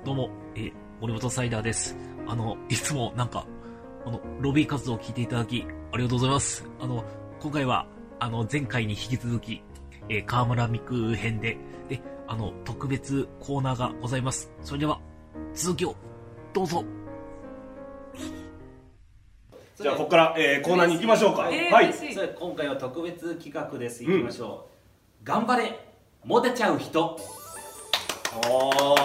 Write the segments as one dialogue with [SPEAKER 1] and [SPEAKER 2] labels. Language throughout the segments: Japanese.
[SPEAKER 1] どうも、森本サイダーです。いつもロビー活動を聞いていただき、ありがとうございます。今回は、前回に引き続き、河村美空編で、特別コーナーがございます。それでは、続きを、どうぞ。
[SPEAKER 2] じゃあ、ここから、コーナーに行きましょうか。はい。
[SPEAKER 3] 今回は特別企画です。行きましょう。頑張れ、モテちゃう人。
[SPEAKER 2] やった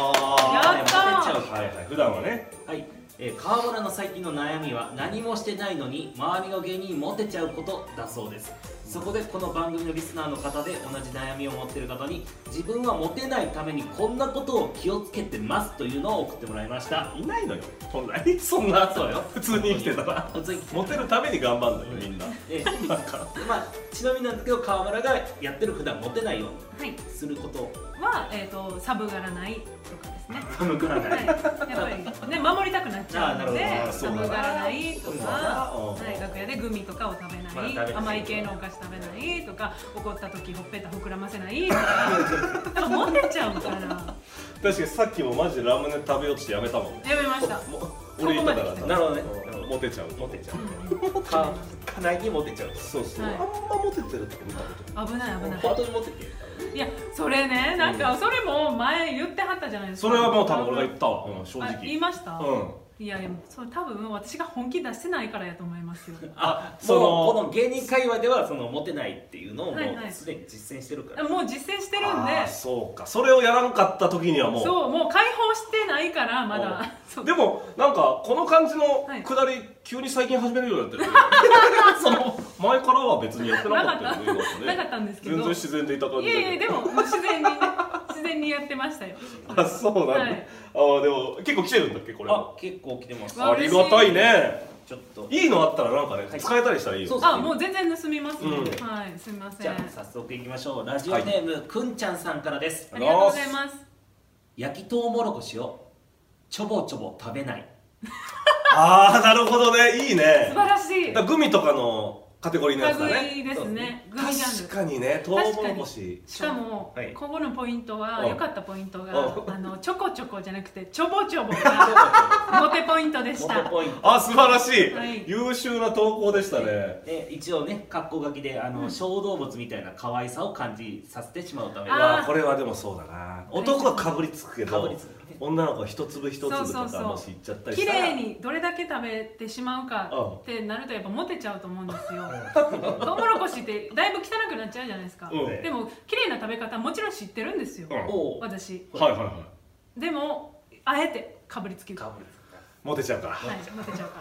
[SPEAKER 2] ー。普段はね。
[SPEAKER 3] はい。川村の最近の悩みは何もしてないのに周りの芸人にモテちゃうことだそうです。そこでこの番組のリスナーの方で同じ悩みを持っている方に自分はモテないためにこんなことを気をつけてますというのを送ってもらいました。
[SPEAKER 2] いないのよ本来そんな。
[SPEAKER 3] そうよ、
[SPEAKER 2] 普通に生きてたらモテるために頑張るのよみんな。
[SPEAKER 3] ちなみになんですけど、川村がやってる普段モテないようにすること
[SPEAKER 4] は、寒がらないとかですね。
[SPEAKER 3] 寒がらない、
[SPEAKER 4] やっぱりね、守りたくなっちゃうので寒がらないとか、楽屋でグミとかを食べない、甘い系のお菓子食べないとか、怒った時ほっぺた膨らませないとかモテちゃうから。
[SPEAKER 2] 確かにさっきもマジでラムネ食べようとしてやめたもん。
[SPEAKER 4] やめました。
[SPEAKER 2] 俺言ったからさ。
[SPEAKER 3] なるほどね。
[SPEAKER 2] モテちゃう。
[SPEAKER 3] かなりモテちゃう。
[SPEAKER 2] そうそう。あんまモテてるって見たこと
[SPEAKER 4] 危ない危ない。
[SPEAKER 3] 本当にモテてる。
[SPEAKER 4] いや、それね、なんかそれも前言ってはったじゃないですか。
[SPEAKER 2] それはもう多分俺が言ったわ、正直。
[SPEAKER 4] 言いました？いやいや、それ多分私が本気出してないからやと思いますよ。
[SPEAKER 3] この芸人界隈ではそのモテないっていうのをもうすでに実践してるから。
[SPEAKER 4] もう実践してるんで。
[SPEAKER 2] そうか、それをやらんかった時にはもう。
[SPEAKER 4] そう、もう解放してないからまだ。
[SPEAKER 2] でもなんかこの感じのくだり急に最近始めるようになってる。その前からは別にやってなかったよね。
[SPEAKER 4] なかったんですけど。
[SPEAKER 2] 全然自然でいた感じ。
[SPEAKER 4] いやいや、でも自然にやってましたよ。
[SPEAKER 2] あ、そうなんだ。でも結構来てるんだっけこれ。
[SPEAKER 3] 結構来てます。
[SPEAKER 2] ありがたいね。
[SPEAKER 3] ちょっと
[SPEAKER 2] いいのあったらなんかね、使えたりしたらいいよ。
[SPEAKER 4] もう全然盗みますので。はい、すみません。
[SPEAKER 3] じゃあ早速いきましょう。ラジオネームくんちゃんさんからです。
[SPEAKER 4] ありがとうございます。
[SPEAKER 3] 焼きとうもろこしをちょぼちょぼ食べない。
[SPEAKER 2] ああ、なるほどね、いいね。
[SPEAKER 4] 素晴らしい。
[SPEAKER 2] グミとかのカテゴリーのやつだね。
[SPEAKER 4] いいですね。グミジャンル。
[SPEAKER 2] 確かにね、とうもろこし。
[SPEAKER 4] しかもここのポイントは良かったポイントがちょこちょこじゃなくてちょぼちょぼがモテポイントでした。
[SPEAKER 2] あ、素晴らしい。優秀な投稿でしたね。
[SPEAKER 3] 一応ね、格好書きで小動物みたいな可愛さを感じさせてしまうために。
[SPEAKER 2] これはでもそうだな。男はかぶりつくけど。女の子は一粒一粒とかもしいっちゃったりしたら
[SPEAKER 4] 綺麗にどれだけ食べてしまうかってなるとやっぱモテちゃうと思うんですよ。トウモロコシってだいぶ汚くなっちゃうじゃないですか。でも綺麗な食べ方もちろん知ってるんですよ、私。でもあえてかぶりつける。
[SPEAKER 2] モテちゃうから。
[SPEAKER 4] はい、モテちゃうから。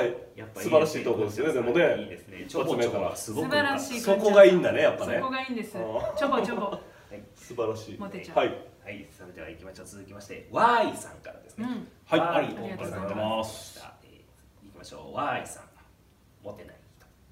[SPEAKER 2] はい、素晴らしい投稿ですよね。でもね、
[SPEAKER 3] いいですね。
[SPEAKER 2] 一発目から
[SPEAKER 4] 素晴らしい。
[SPEAKER 2] そこがいいんだね、やっぱね。
[SPEAKER 4] そこがいいんです。ちょぼちょぼ。
[SPEAKER 2] 素晴らしい。
[SPEAKER 4] モテちゃう。
[SPEAKER 3] はい、それでは行きましょう。続きまして Y さんからですね。
[SPEAKER 2] はい、
[SPEAKER 3] あり
[SPEAKER 4] がとうござい
[SPEAKER 2] ます。
[SPEAKER 3] 行きましょう。 Y さん、モテない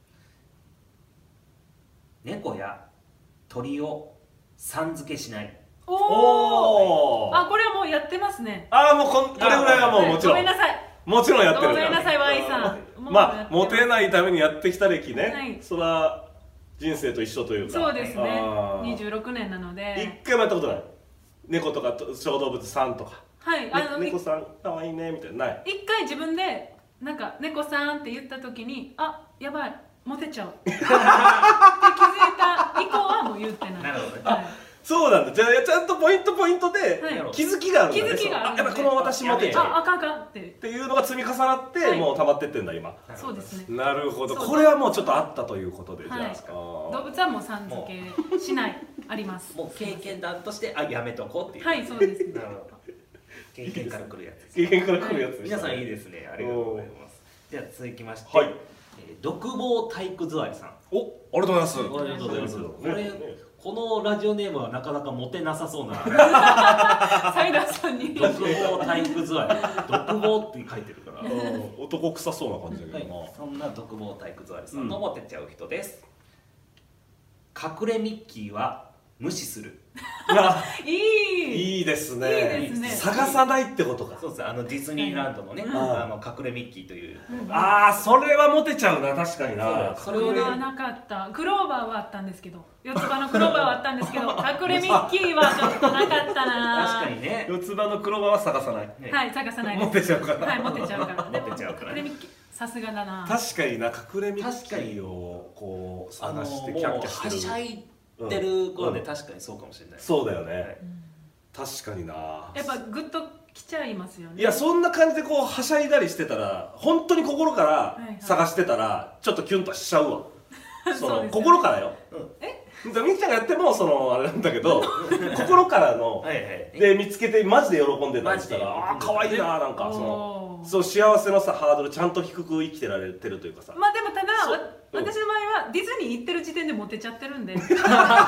[SPEAKER 3] 人。猫や鳥をさん付けしない。
[SPEAKER 4] おお。あ、これはもうやってますね。
[SPEAKER 2] もうこれぐらいはもうもちろん。
[SPEAKER 4] ごめんなさい。
[SPEAKER 2] もちろんやってる。
[SPEAKER 4] ごめんなさい Y さん。
[SPEAKER 2] まあモテないためにやってきた歴ね。それは人生と一緒というか。
[SPEAKER 4] そうですね。26年なので。
[SPEAKER 2] 一回もやったことない。猫とか小動物さんとか。
[SPEAKER 4] はい。
[SPEAKER 2] 猫さん可愛いねみたいなない。
[SPEAKER 4] 一回自分でなんか猫さんって言った時に、あ、やばい、モテちゃうって気づいた以降はもう言ってない。
[SPEAKER 3] なるほどね。
[SPEAKER 2] そうなんだ。じゃあちゃんとポイントで気づきがあるんだね。
[SPEAKER 4] 気づきがある。
[SPEAKER 2] やっぱこの私モテちゃう。
[SPEAKER 4] あかんって
[SPEAKER 2] いうのが積み重なってもう溜まってってんだ今。
[SPEAKER 4] そうですね。
[SPEAKER 2] なるほど。これはもうちょっとあったということでじゃあ。
[SPEAKER 4] 動物はもうさん付けしない。あります。
[SPEAKER 3] もう経験談としてやめとこうっていう。
[SPEAKER 4] はい、そうです。
[SPEAKER 3] なるほど。経験から来るやつ。
[SPEAKER 2] 経験から来るやつ。
[SPEAKER 3] 皆さんいいですね。ありがとうございます。じゃあ続きまして、独房体育座りさん。
[SPEAKER 2] お、ありがとうございます。
[SPEAKER 3] ありがとうございます。このラジオネームはなかなかモテなさそうな。
[SPEAKER 4] サイダーさんに。
[SPEAKER 3] 独房体育座り。独房って書いてるから。
[SPEAKER 2] 男臭そうな感じだけどな。
[SPEAKER 3] そんな独房体育座りさんのモテちゃう人です。隠れミッキーは無視する。
[SPEAKER 4] いい。
[SPEAKER 2] いいですね。
[SPEAKER 4] いいですね。
[SPEAKER 2] 探さないってことか。
[SPEAKER 3] そうです。ディズニーランドのね、隠れミッキーという。
[SPEAKER 2] ああ、それはモテちゃうな、確かにな。
[SPEAKER 4] それはなかった。クローバーはあったんですけど、四つ葉のクローバーはあったんですけど、隠れミッキーはちょっとなかったな。
[SPEAKER 3] 確かにね。
[SPEAKER 2] 四つ葉のクローバーは探さない。
[SPEAKER 4] はい、探さないです。
[SPEAKER 2] モテちゃうから。
[SPEAKER 4] はい、モテちゃうから。
[SPEAKER 3] モテちゃうから。
[SPEAKER 4] 隠れミッキー、さすがだな。
[SPEAKER 2] 確かにな、隠れミッキーをこう探してキャッキャしてる。
[SPEAKER 3] はしゃいでる子で確かにそうかもしれない。
[SPEAKER 2] そうだよね。確かにな。
[SPEAKER 4] やっぱグッと来ちゃいますよね。
[SPEAKER 2] いや、そんな感じでこうはしゃいだりしてたら、本当に心から探してたらちょっとキュンとしちゃうわ。その心からよ。みきちゃんがやってもあれなんだけど、心からので見つけてマジで喜んでたりしたら、ああ可愛いな、なんかそう幸せのさハードルちゃんと低く生きてられてるというかさ。
[SPEAKER 4] まあでもただ私の場合はディズニー行ってる時点でモテちゃってるんで。ディズニー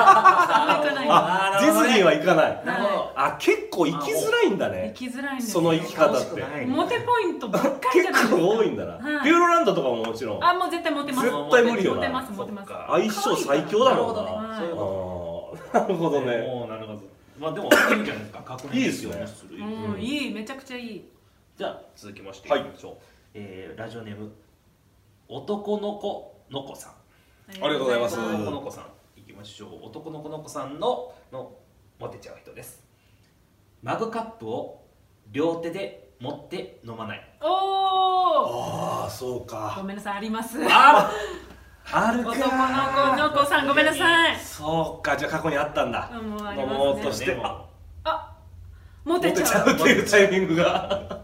[SPEAKER 2] は行かない。あ、結構行きづらいんだね。
[SPEAKER 4] 行きづらいんです。
[SPEAKER 2] その生き方って。
[SPEAKER 4] モテポイントばっかりじゃないですか。
[SPEAKER 2] 結構多いんだな。ピューロランドとかももちろん。
[SPEAKER 4] あ、もう絶対モテます。
[SPEAKER 2] 絶対無理よな。
[SPEAKER 4] モテますモテます。
[SPEAKER 2] 相性最強だろうな。なるほどね。
[SPEAKER 3] なるほど。まあでもいいんじゃないですか。
[SPEAKER 2] いいですよね。
[SPEAKER 4] いい、めちゃくちゃいい。
[SPEAKER 3] じゃあ続きましていきましょう。ラジオネーム男の子のこさん。
[SPEAKER 2] ありがとうございます。
[SPEAKER 3] 男の子さんいきましょう。男の子のこさんのモテちゃう人です。マグカップを両手で持って飲まない。
[SPEAKER 4] おお。
[SPEAKER 2] ああ、そうか。
[SPEAKER 4] ごめんなさい、あります。
[SPEAKER 2] あるか。
[SPEAKER 4] 男の子の子さん、ごめんなさい。
[SPEAKER 2] そうか、じゃあ過去にあったんだ。
[SPEAKER 4] 飲
[SPEAKER 2] もうとして、
[SPEAKER 4] モテちゃう
[SPEAKER 2] っていうタイミングが。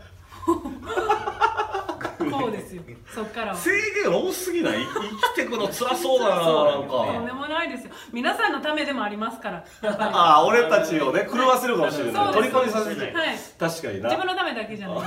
[SPEAKER 4] そうですよ。そっからは
[SPEAKER 2] 制限多すぎない？生きてくの辛そうだな、なんか。
[SPEAKER 4] とんでもないですよ。皆さんのためでもありますから。
[SPEAKER 2] ああ、俺たちをね、狂わせるかもしれない。虜にさせて。確かにな。
[SPEAKER 4] 自分のためだけじゃない。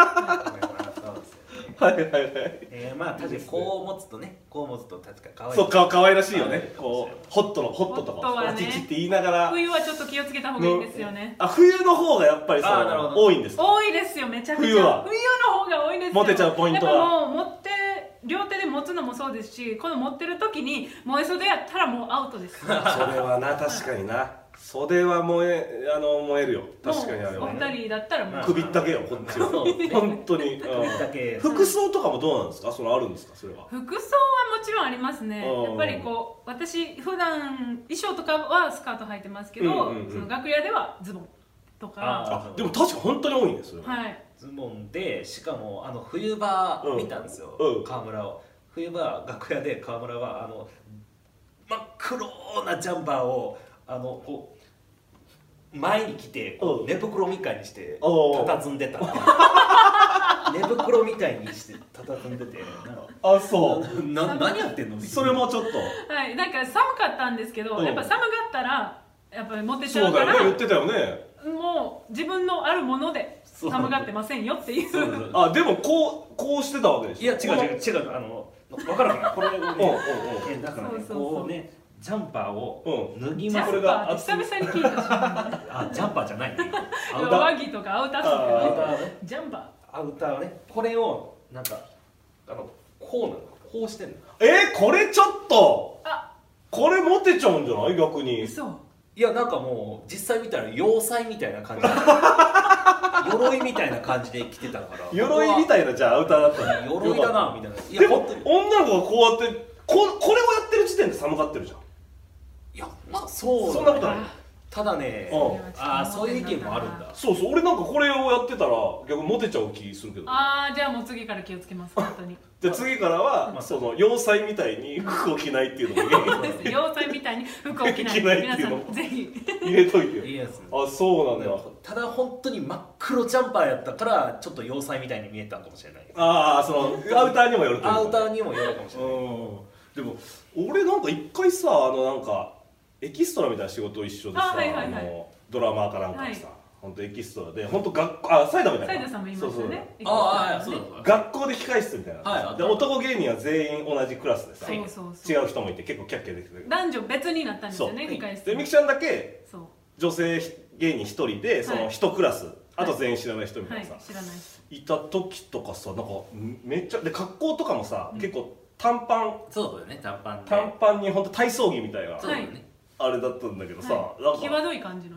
[SPEAKER 2] はいはいはい。
[SPEAKER 3] まあ確かにこう持つとね、こう持つと確か可愛い。
[SPEAKER 2] そう、可愛らしいよね。こうホットとかおちちって言いながら。
[SPEAKER 4] 冬はちょっと気をつけた方がいいですよね。
[SPEAKER 2] あ、冬の方がやっぱり多いんですか？
[SPEAKER 4] 多いですよ、めちゃくちゃ。冬の方が多いですよ。
[SPEAKER 2] モテちゃうポイントは。
[SPEAKER 4] やっぱもう両手で持つのもそうですし、この持ってる時に燃え袖やったらもうアウトです。それ
[SPEAKER 2] はな、確かにな。袖は燃えるよ。確かにあれは。
[SPEAKER 4] お二人だったらもう
[SPEAKER 2] 首だけよ、こっちは。本当に。服装とかもどうなんですか？あるんですか？それは。
[SPEAKER 4] 服装はもちろんありますね。やっぱりこう私普段衣装とかはスカート履いてますけど、その楽屋ではズボンとか。
[SPEAKER 2] でも確か本当に多いんですよ。
[SPEAKER 4] はい。
[SPEAKER 3] ズボンで、しかも冬場見たんですよ。川村を。冬場楽屋で川村は真っ黒なジャンパーをこう前に来て寝袋みたいにして佇んでた。寝袋みたいにして佇んでて、
[SPEAKER 2] あ、そう。
[SPEAKER 3] 何やってんの？
[SPEAKER 2] それもちょっと。
[SPEAKER 4] はい、なんか寒かったんですけど、やっぱ寒かったらやっぱりモテちゃうから。
[SPEAKER 2] そうだよね、言ってたよね。
[SPEAKER 4] もう自分のあるもので寒がってませんよっていう。
[SPEAKER 2] あ、でもこうしてたわけでしょ。
[SPEAKER 3] いや違う。分からんかな、これだからね、こうね、ジャンパーを脱ぎます。
[SPEAKER 4] これが久々に聞いたし。
[SPEAKER 3] あ、ジャンパーじゃない。
[SPEAKER 4] 上着とかアウターとかジャンパ
[SPEAKER 3] ー。アウターをね、これをなんかこうしてんの。
[SPEAKER 2] これちょっと。これモテちゃうんじゃない？逆に。
[SPEAKER 4] そう。
[SPEAKER 3] いや、なんかもう実際見たら要塞みたいな感じで鎧みたいな感じで着てたから、
[SPEAKER 2] 鎧みたいな、じゃあアウターだったら
[SPEAKER 3] 鎧だなみたいな。
[SPEAKER 2] でも女の子がこうやってこれをやってる時点で寒がってるじゃん。
[SPEAKER 3] いや、まあそう
[SPEAKER 2] そんなことない。
[SPEAKER 3] ただね、そういう意見もあるんだ。
[SPEAKER 2] そうそう、俺なんかこれをやってたら逆にモテちゃう気するけど。
[SPEAKER 4] じゃあもう次から気をつけます、本当に。
[SPEAKER 2] じゃあ次からは要塞みたいに服を着ないっていうのも
[SPEAKER 4] 要塞みたいに服を着ない皆さんぜひ
[SPEAKER 2] 入れといてよ。
[SPEAKER 3] いいやつ。
[SPEAKER 2] あ、そうなんだ。
[SPEAKER 3] ただ本当に真っ黒ジャンパーやったからちょっと要塞みたいに見えたかもしれない。
[SPEAKER 2] アウターにもよると。
[SPEAKER 3] アウターにもよるかもしれない。
[SPEAKER 2] でも俺なんか一回さ、なんかエキストラみたいな仕事を一緒でさ、ドラマーかなんかでさ、本当エキストラで、本当サイダーみたいな。
[SPEAKER 4] サイダーさんも言いましたね。
[SPEAKER 2] 学校で控室みたいな。で男芸人は全員同じクラスでさ、違う人もいて結構キャッキャできて。
[SPEAKER 4] 男女別になったんですよね、控室。
[SPEAKER 2] でみきちゃんだけ女性芸人一人でその一クラス、あと全員知らない人みたいなさ、いた時とかさ、なんかめっちゃで格好とかもさ、結構短パン。
[SPEAKER 3] そうだよね、短
[SPEAKER 2] パンに本当体操着みたいな。
[SPEAKER 3] そうだよね。
[SPEAKER 2] あれだったんだけどさ、
[SPEAKER 4] 際どい感じのね。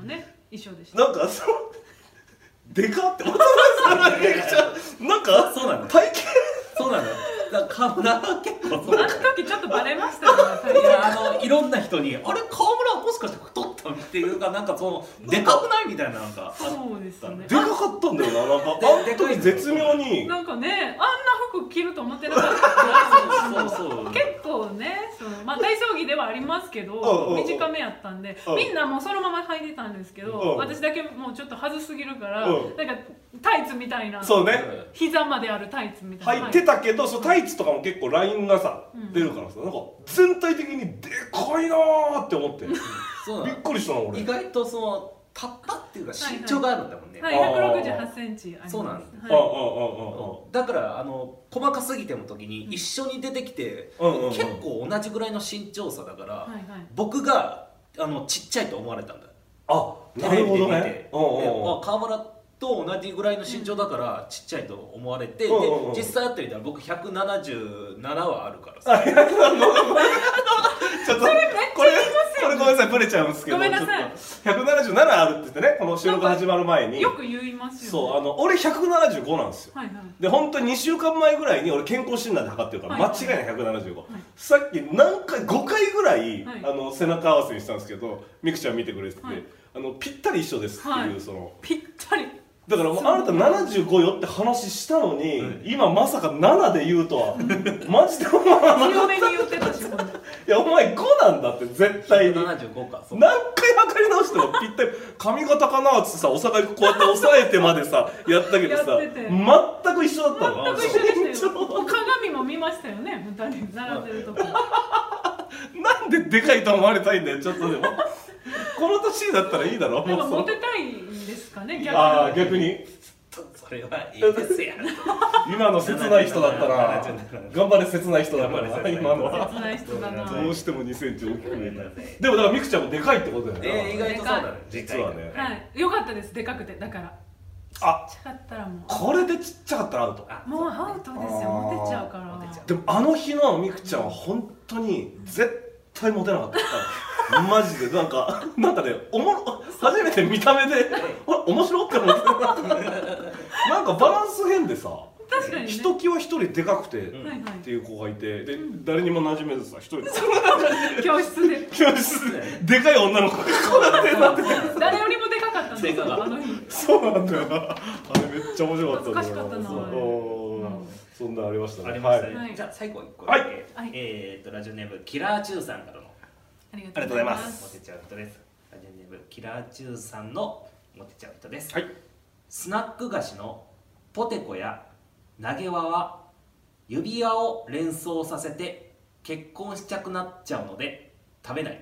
[SPEAKER 4] 衣装でした。
[SPEAKER 2] なんかでかって思ったんですよ。なんか
[SPEAKER 3] そうなの
[SPEAKER 2] 体型
[SPEAKER 3] そうなのだから河村は結構そう
[SPEAKER 4] あの時ちょっとバレましたよね。
[SPEAKER 3] いやいろんな人に「あれ河村はもしかして太った?」っていうかなんかそのでかくないみたいななんか
[SPEAKER 4] そうですね。
[SPEAKER 2] でかかったんだよな。なんかあの時絶妙に
[SPEAKER 4] なんかね、あんな服着ると思ってなかった
[SPEAKER 3] そう
[SPEAKER 4] 結構ね、まあ体操着ではありますけど短めやったんで、みんなもうそのまま履いてたんですけど、私だけもうちょっとはずすぎるからなんかタイツみたいな、
[SPEAKER 2] そうね、
[SPEAKER 4] 膝まであるタイツみたいな
[SPEAKER 2] 履いてたけど、そのタイツとかも結構ラインがさ出るからさ、なんか全体的にでかいなーって思ってびっくりしたな俺。
[SPEAKER 3] 意外とその立ったっていうか身長があるんだもんね。
[SPEAKER 4] はい、168センチあります。
[SPEAKER 3] そうなんです。
[SPEAKER 4] は
[SPEAKER 3] だから細かすぎての時に一緒に出てきて結構同じぐらいの身長差だから僕がちっちゃいと思われたんだ。
[SPEAKER 2] あ、
[SPEAKER 3] テレビで見て河村と同じぐらいの身長だからちっちゃいと思われて、で実際会ってみたら僕177はあるからさ。
[SPEAKER 2] ちょっとこれごめんなさい、ブレちゃうんですけど、
[SPEAKER 4] ごめんなさい、
[SPEAKER 2] 177あるって言ってね、この収録始まる前に
[SPEAKER 4] よく言いますよ。
[SPEAKER 2] そう俺175なんですよ。で本当に2週間前ぐらいに俺健康診断で測ってるから間違いない175。さっき何回5回ぐらい背中合わせにしたんですけど、みくちゃん見てくれててぴったり一緒ですっていう、その
[SPEAKER 4] ぴったり
[SPEAKER 2] だからもうあなた75よって話したのに、今まさか7で言うとはマジで思わなかった。
[SPEAKER 4] 強めに言ってたし、
[SPEAKER 2] いやお前5なんだって絶対に。
[SPEAKER 3] 75か。
[SPEAKER 2] 何回測り直してもぴったり髪型かなっつってさ、お互いこうやって押さえてまでさやったけどさ全く一緒だったの。
[SPEAKER 4] 全く一緒でしたよ。鏡も見ましたよね、2人並んでるとこ。
[SPEAKER 2] なんででかいと思われたいんだよ、ちょっとでもこの年だったらいいだろ。
[SPEAKER 4] でもモテたいんですかね、逆に。
[SPEAKER 2] ああ逆に
[SPEAKER 3] それはいいですや
[SPEAKER 2] 今の切ない人だったら頑張れ、切ない人だったら今のは
[SPEAKER 4] 切ない人だな。
[SPEAKER 2] どうしても2センチ大きく見えた。でもだからみくちゃんもでかいってことだよね。
[SPEAKER 3] 意外とそうだね、
[SPEAKER 2] 実はね。
[SPEAKER 4] はい、よかったです、でかくて。だから
[SPEAKER 2] あ、
[SPEAKER 4] ちっちゃかったらもう
[SPEAKER 2] これでちっちゃかったらアウト。
[SPEAKER 4] もうアウトですよ、モテちゃうから。
[SPEAKER 2] でもあの日のみくちゃんは本当に絶対モテなかった。マジでなんかね、初めて見た目で面白って思ってなんかバランス変でさ、
[SPEAKER 4] 確かにね、
[SPEAKER 2] ひときわ一人でかくてっていう子がいて、で誰にも馴染めずさ、一人で
[SPEAKER 4] 教室で
[SPEAKER 2] でかい女の子がこうやってなってて、
[SPEAKER 4] 誰よりもでかかったんですよ、あの日。
[SPEAKER 2] そうなんだよな。あれめっちゃ面白かったんだよな。
[SPEAKER 4] 恥ずかしかったな。
[SPEAKER 2] そんなありましたね。
[SPEAKER 3] ありましたね。じゃあ最後1個だけ、ラジオネームキラーチューさんからの
[SPEAKER 4] ありがとうございま
[SPEAKER 3] モテちゃう人です。ラジオネームキラーチューさんのモテちゃう人です。スナック菓子のポテコや投げ輪は指輪を連想させて結婚したくなっちゃうので食べない。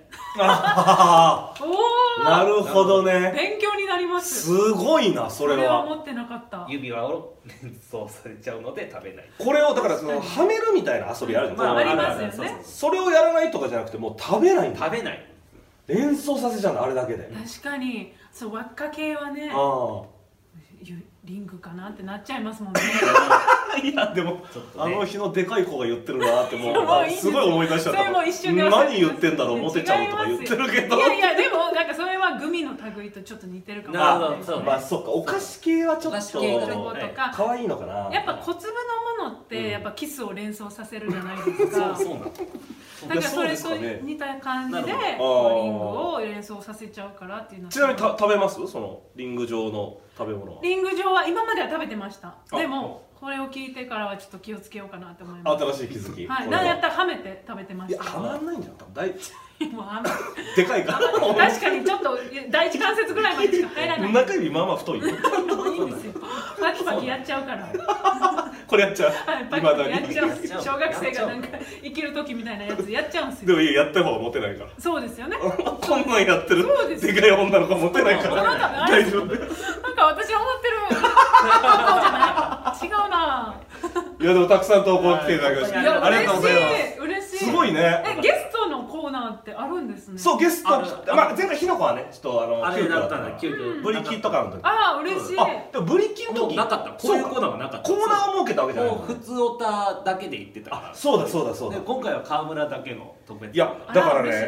[SPEAKER 2] なるほどね。
[SPEAKER 4] 勉強になります。
[SPEAKER 2] すごいな、それは。
[SPEAKER 4] 持ってなかった。
[SPEAKER 3] 指輪を連想されちゃうので食べない。
[SPEAKER 2] これをだからそのはめるみたいな遊びあるじゃん。
[SPEAKER 4] ありますよね。
[SPEAKER 2] それをやらないとかじゃなくて、もう食べないんだ。
[SPEAKER 3] 食べない。
[SPEAKER 2] 連想させちゃうの、あれだけで。
[SPEAKER 4] 確かに、そう輪っか系はね、リングかなってなっちゃいますもんね。
[SPEAKER 2] いやでもあの日のでかい子が言ってるなってもうすごい思い出しちゃった。何言ってんだろう、モテちゃうとか言ってるけど。
[SPEAKER 4] いやいや、でもなんかそれはグミの類とちょっと似てるかもしれないですね。
[SPEAKER 2] まあそっか、お菓子系はちょっと可愛いのかな。
[SPEAKER 4] やっぱ小粒のものってやっぱキスを連想させるじゃないですか。
[SPEAKER 3] そうなの。
[SPEAKER 4] だからそれと似た感じでリングを連想させちゃうからっていうの。
[SPEAKER 2] ちなみに食べます？そのリング状の食べ物は。
[SPEAKER 4] リング状は今までは食べてました。でもこれを聞いてからはちょっと気をつけようかなと思います。
[SPEAKER 2] 新しい気づき。
[SPEAKER 4] はい。なんやったらはめて食べてました。
[SPEAKER 2] いや、はまんないんじゃん。
[SPEAKER 4] もうはめ。
[SPEAKER 2] でかいから。
[SPEAKER 4] 確かにちょっと第一関節ぐらいまでしか入らない。
[SPEAKER 2] 中指まあまあ太い。いいん
[SPEAKER 4] ですよ。パキパキやっちゃうから。
[SPEAKER 2] これやっちゃう。
[SPEAKER 4] はい、パキパキやっちゃう。小学生がなんか生きる時みたいなやつやっちゃうんですよ。
[SPEAKER 2] でもいや、やった方がモテないから。
[SPEAKER 4] そうですよね。
[SPEAKER 2] こんなんやってるでかい女の子モテないから大丈夫。
[SPEAKER 4] なんか私思ってるそうじゃない。違うな。
[SPEAKER 2] いやでもたくさん投稿来ていただきました。ありがとうございます。
[SPEAKER 4] 嬉しい。
[SPEAKER 2] すごいね。
[SPEAKER 4] ゲストのコーナーってあるんですね。
[SPEAKER 2] そう、ゲスト。まあ前回ひのこはね、ちょっと
[SPEAKER 3] あれだったんだ。急遽
[SPEAKER 2] ブリキとかの時。
[SPEAKER 4] ああ、嬉しい。
[SPEAKER 2] でもブリキの時
[SPEAKER 3] なかった。こういうコーナーはなかった。
[SPEAKER 2] コーナーを設けたわけじゃない。
[SPEAKER 3] 普通オタだけで言ってたから。
[SPEAKER 2] そうだそうだそうだ。
[SPEAKER 3] 今回は川村だけの特別。
[SPEAKER 2] いやだからね、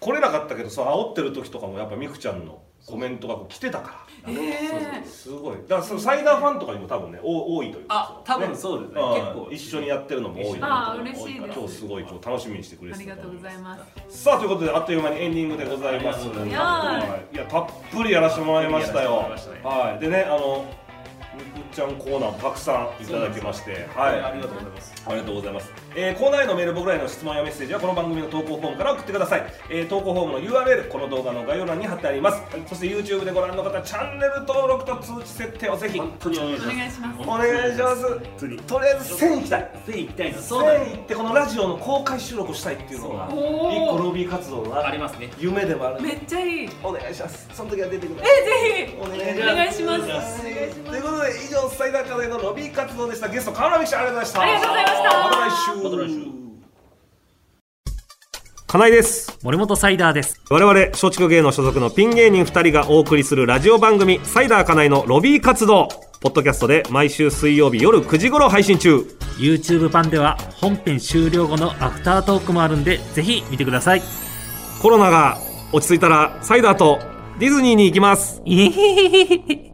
[SPEAKER 2] 来れなかったけどさ、煽ってる時とかもやっぱみくちゃんのコメントが来てたから、すごい。だからそのサイダーファンとかにも多分ね多いというか、
[SPEAKER 3] 多分そうですね。結構
[SPEAKER 2] 一緒にやってるのも多い
[SPEAKER 4] な。嬉しいです。
[SPEAKER 2] 今日すごい楽しみにしてくれて
[SPEAKER 4] ありがとうございます。
[SPEAKER 2] さあということであっという間にエンディングでございます。いやたっぷりやらせてもらいましたよ。はい。でねみくちゃんコーナーもたくさんいただきまして、はい、
[SPEAKER 3] ありがとうございます。
[SPEAKER 2] ありがとうございます。コーナーへのメール、僕らへの質問やメッセージはこの番組の投稿フォームから送ってください。投稿フォームの URL この動画の概要欄に貼ってあります。そして YouTube でご覧の方、チャンネル登録と通知設定をぜひ
[SPEAKER 3] 本当にお願いします。
[SPEAKER 2] お願いします。とりあえず1000行きたい。
[SPEAKER 3] 1000行きたいの。
[SPEAKER 2] 1000行ってこのラジオの公開収録をしたいっていうのが一個ロビー活動の
[SPEAKER 3] ありますね。
[SPEAKER 2] 夢でもある。
[SPEAKER 4] めっちゃいい。
[SPEAKER 2] お願いします。その時は出てください。
[SPEAKER 4] ぜひお願いします。
[SPEAKER 2] ということで以上サイダーカレーのロビー活動でした。ゲスト川村美樹ちゃんありがとうございました。
[SPEAKER 4] ありがとうございました。
[SPEAKER 2] また来週。金井です。
[SPEAKER 1] 森本サイダーです。
[SPEAKER 2] 我々松竹芸能所属のピン芸人2人がお送りするラジオ番組サイダー金井のロビー活動、ポッドキャストで毎週水曜日夜9時頃配信中。
[SPEAKER 1] YouTube 版では本編終了後のアフタートークもあるんでぜひ見てください。
[SPEAKER 2] コロナが落ち着いたらサイダーとディズニーに行きます。
[SPEAKER 1] イエーイ。